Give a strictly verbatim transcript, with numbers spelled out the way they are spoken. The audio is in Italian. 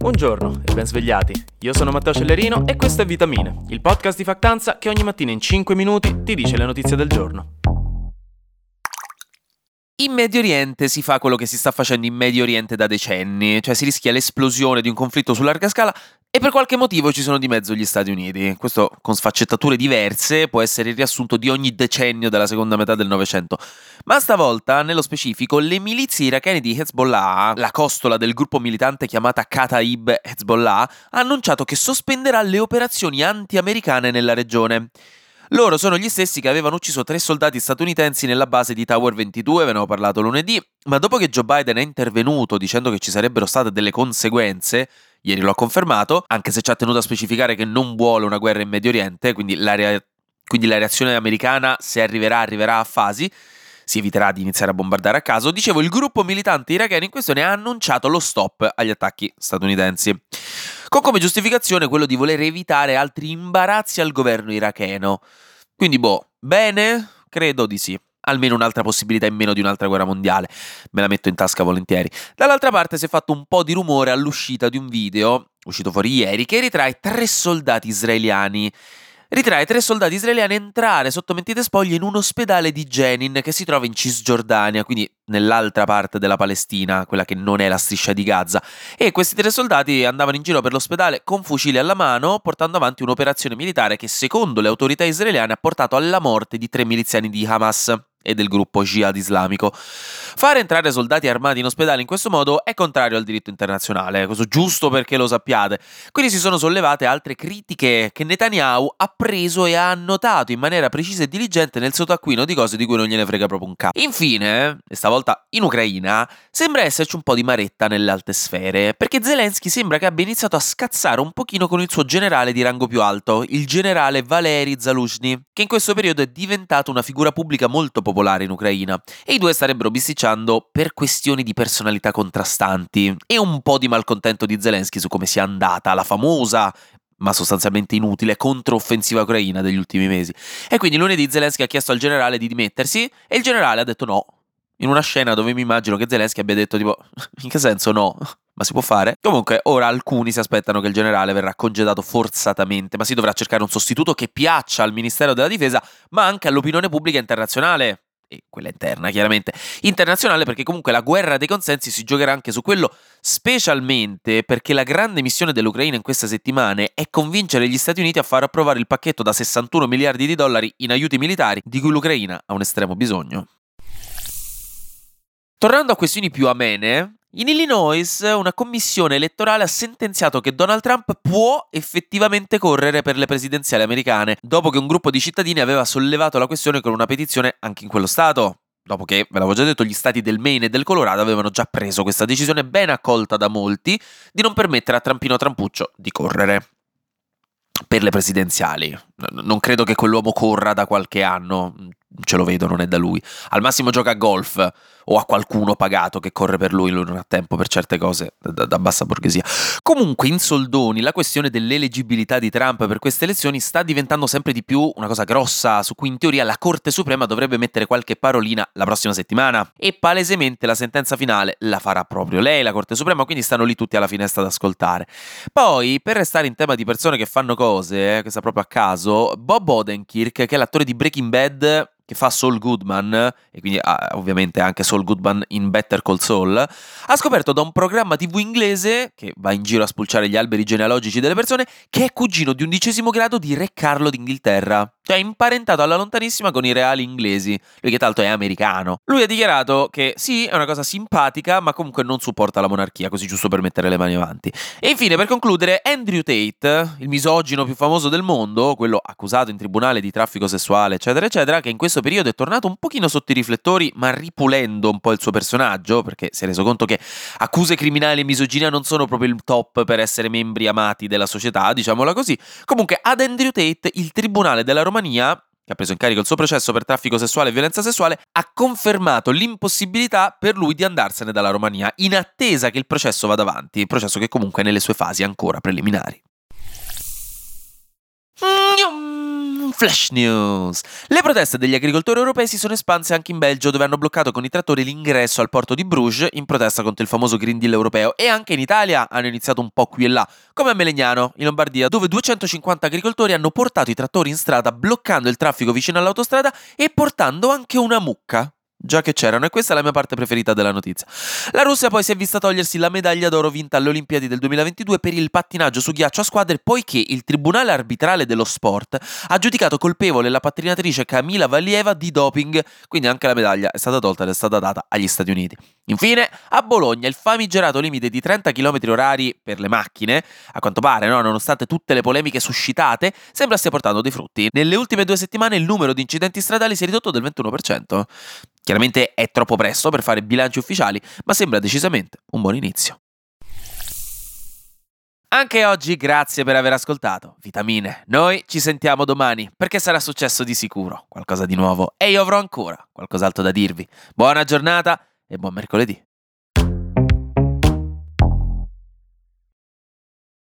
Buongiorno e ben svegliati. Io sono Matteo Cellerino e questo è Vitamine, il podcast di Factanza che ogni mattina in cinque minuti ti dice le notizie del giorno. In Medio Oriente si fa quello che si sta facendo in Medio Oriente da decenni, cioè si rischia l'esplosione di un conflitto su larga scala e per qualche motivo ci sono di mezzo gli Stati Uniti. Questo, con sfaccettature diverse, può essere il riassunto di ogni decennio della seconda metà del Novecento. Ma stavolta, nello specifico, le milizie irachene di Hezbollah, la costola del gruppo militante chiamata Kataib Hezbollah, ha annunciato che sospenderà le operazioni anti-americane nella regione. Loro sono gli stessi che avevano ucciso tre soldati statunitensi nella base di Tower ventidue, ve ne ho parlato lunedì, ma dopo che Joe Biden è intervenuto dicendo che ci sarebbero state delle conseguenze, ieri lo ha confermato, anche se ci ha tenuto a specificare che non vuole una guerra in Medio Oriente, quindi la, rea- quindi la reazione americana, se arriverà, arriverà a fasi, si eviterà di iniziare a bombardare a caso. Dicevo, il gruppo militante iracheno in questione ha annunciato lo stop agli attacchi statunitensi, con come giustificazione quello di voler evitare altri imbarazzi al governo iracheno. Quindi, boh, bene? Credo di sì. Almeno un'altra possibilità in meno di un'altra guerra mondiale. Me la metto in tasca volentieri. Dall'altra parte si è fatto un po' di rumore all'uscita di un video, uscito fuori ieri, che ritrae tre soldati israeliani. Ritrae tre soldati israeliani entrare sotto mentite spoglie in un ospedale di Jenin che si trova in Cisgiordania, quindi nell'altra parte della Palestina, quella che non è la striscia di Gaza. E questi tre soldati andavano in giro per l'ospedale con fucili alla mano, portando avanti un'operazione militare che, secondo le autorità israeliane, ha portato alla morte di tre miliziani di Hamas e del gruppo Jihad islamico. Fare entrare soldati armati in ospedale in questo modo è contrario al diritto internazionale, questo giusto perché lo sappiate. Quindi si sono sollevate altre critiche che Netanyahu ha preso e ha annotato in maniera precisa e diligente nel suo taccuino di cose di cui non gliene frega proprio un capo. Infine, e stavolta in Ucraina, sembra esserci un po' di maretta nelle alte sfere, perché Zelensky sembra che abbia iniziato a scazzare un pochino con il suo generale di rango più alto, il generale Valery Zaluzhny, che in questo periodo è diventato una figura pubblica molto popolare in Ucraina, e i due starebbero bisticciando per questioni di personalità contrastanti e un po' di malcontento di Zelensky su come sia andata la famosa ma sostanzialmente inutile controffensiva ucraina degli ultimi mesi. E quindi lunedì Zelensky ha chiesto al generale di dimettersi e il generale ha detto no, in una scena dove mi immagino che Zelensky abbia detto tipo in che senso no? Ma si può fare? Comunque ora alcuni si aspettano che il generale verrà congedato forzatamente, ma si dovrà cercare un sostituto che piaccia al Ministero della Difesa ma anche all'opinione pubblica internazionale, e quella interna chiaramente, internazionale, perché comunque la guerra dei consensi si giocherà anche su quello, specialmente perché la grande missione dell'Ucraina in queste settimane è convincere gli Stati Uniti a far approvare il pacchetto da sessantuno miliardi di dollari in aiuti militari di cui l'Ucraina ha un estremo bisogno. Tornando a questioni più amene, in Illinois una commissione elettorale ha sentenziato che Donald Trump può effettivamente correre per le presidenziali americane, dopo che un gruppo di cittadini aveva sollevato la questione con una petizione anche in quello stato. Dopo che, ve l'avevo già detto, gli stati del Maine e del Colorado avevano già preso questa decisione ben accolta da molti di non permettere a Trampino Trampuccio di correre per le presidenziali. Non credo che quell'uomo corra da qualche anno, ce lo vedo, non è da lui. Al massimo gioca a golf o a qualcuno pagato che corre per lui, lui non ha tempo per certe cose da, da bassa borghesia. Comunque, in soldoni, la questione dell'eleggibilità di Trump per queste elezioni sta diventando sempre di più una cosa grossa, su cui in teoria la Corte Suprema dovrebbe mettere qualche parolina la prossima settimana, e palesemente la sentenza finale la farà proprio lei, la Corte Suprema, quindi stanno lì tutti alla finestra ad ascoltare. Poi, per restare in tema di persone che fanno cose, eh, che sta proprio a caso, Bob Odenkirk, che è l'attore di Breaking Bad che fa Saul Goodman, e quindi ah, ovviamente anche Saul Goodman in Better Call Saul, ha scoperto da un programma tivù inglese, che va in giro a spulciare gli alberi genealogici delle persone, che è cugino di undicesimo grado di Re Carlo d'Inghilterra, cioè imparentato alla lontanissima con i reali inglesi, lui che tanto è americano. Lui ha dichiarato che sì, è una cosa simpatica, ma comunque non supporta la monarchia, così giusto per mettere le mani avanti. E infine, per concludere, Andrew Tate, il misogino più famoso del mondo, quello accusato in tribunale di traffico sessuale, eccetera, eccetera, che in questo periodo è tornato un pochino sotto i riflettori, ma ripulendo un po' il suo personaggio, perché si è reso conto che accuse criminali e misoginia non sono proprio il top per essere membri amati della società, diciamola così. Comunque, ad Andrew Tate, il tribunale della Romania, che ha preso in carico il suo processo per traffico sessuale e violenza sessuale, ha confermato l'impossibilità per lui di andarsene dalla Romania, in attesa che il processo vada avanti, processo che comunque è nelle sue fasi ancora preliminari. Flash News. Le proteste degli agricoltori europei si sono espanse anche in Belgio, dove hanno bloccato con i trattori l'ingresso al porto di Bruges in protesta contro il famoso Green Deal europeo, e anche in Italia hanno iniziato un po' qui e là, come a Melegnano, in Lombardia, dove duecentocinquanta agricoltori hanno portato i trattori in strada, bloccando il traffico vicino all'autostrada e portando anche una mucca. Già che c'erano, e questa è la mia parte preferita della notizia. La Russia poi si è vista togliersi la medaglia d'oro vinta alle Olimpiadi del duemilaventidue per il pattinaggio su ghiaccio a squadre, poiché il Tribunale Arbitrale dello Sport ha giudicato colpevole la pattinatrice Kamila Valieva di doping, quindi anche la medaglia è stata tolta ed è stata data agli Stati Uniti. Infine, a Bologna il famigerato limite di trenta chilometri orari per le macchine, a quanto pare, no, nonostante tutte le polemiche suscitate, sembra stia portando dei frutti. Nelle ultime due settimane il numero di incidenti stradali si è ridotto del ventuno per cento. Chiaramente è troppo presto per fare bilanci ufficiali, ma sembra decisamente un buon inizio. Anche oggi grazie per aver ascoltato Vitamine. Noi ci sentiamo domani, perché sarà successo di sicuro qualcosa di nuovo e io avrò ancora qualcos'altro da dirvi. Buona giornata e buon mercoledì.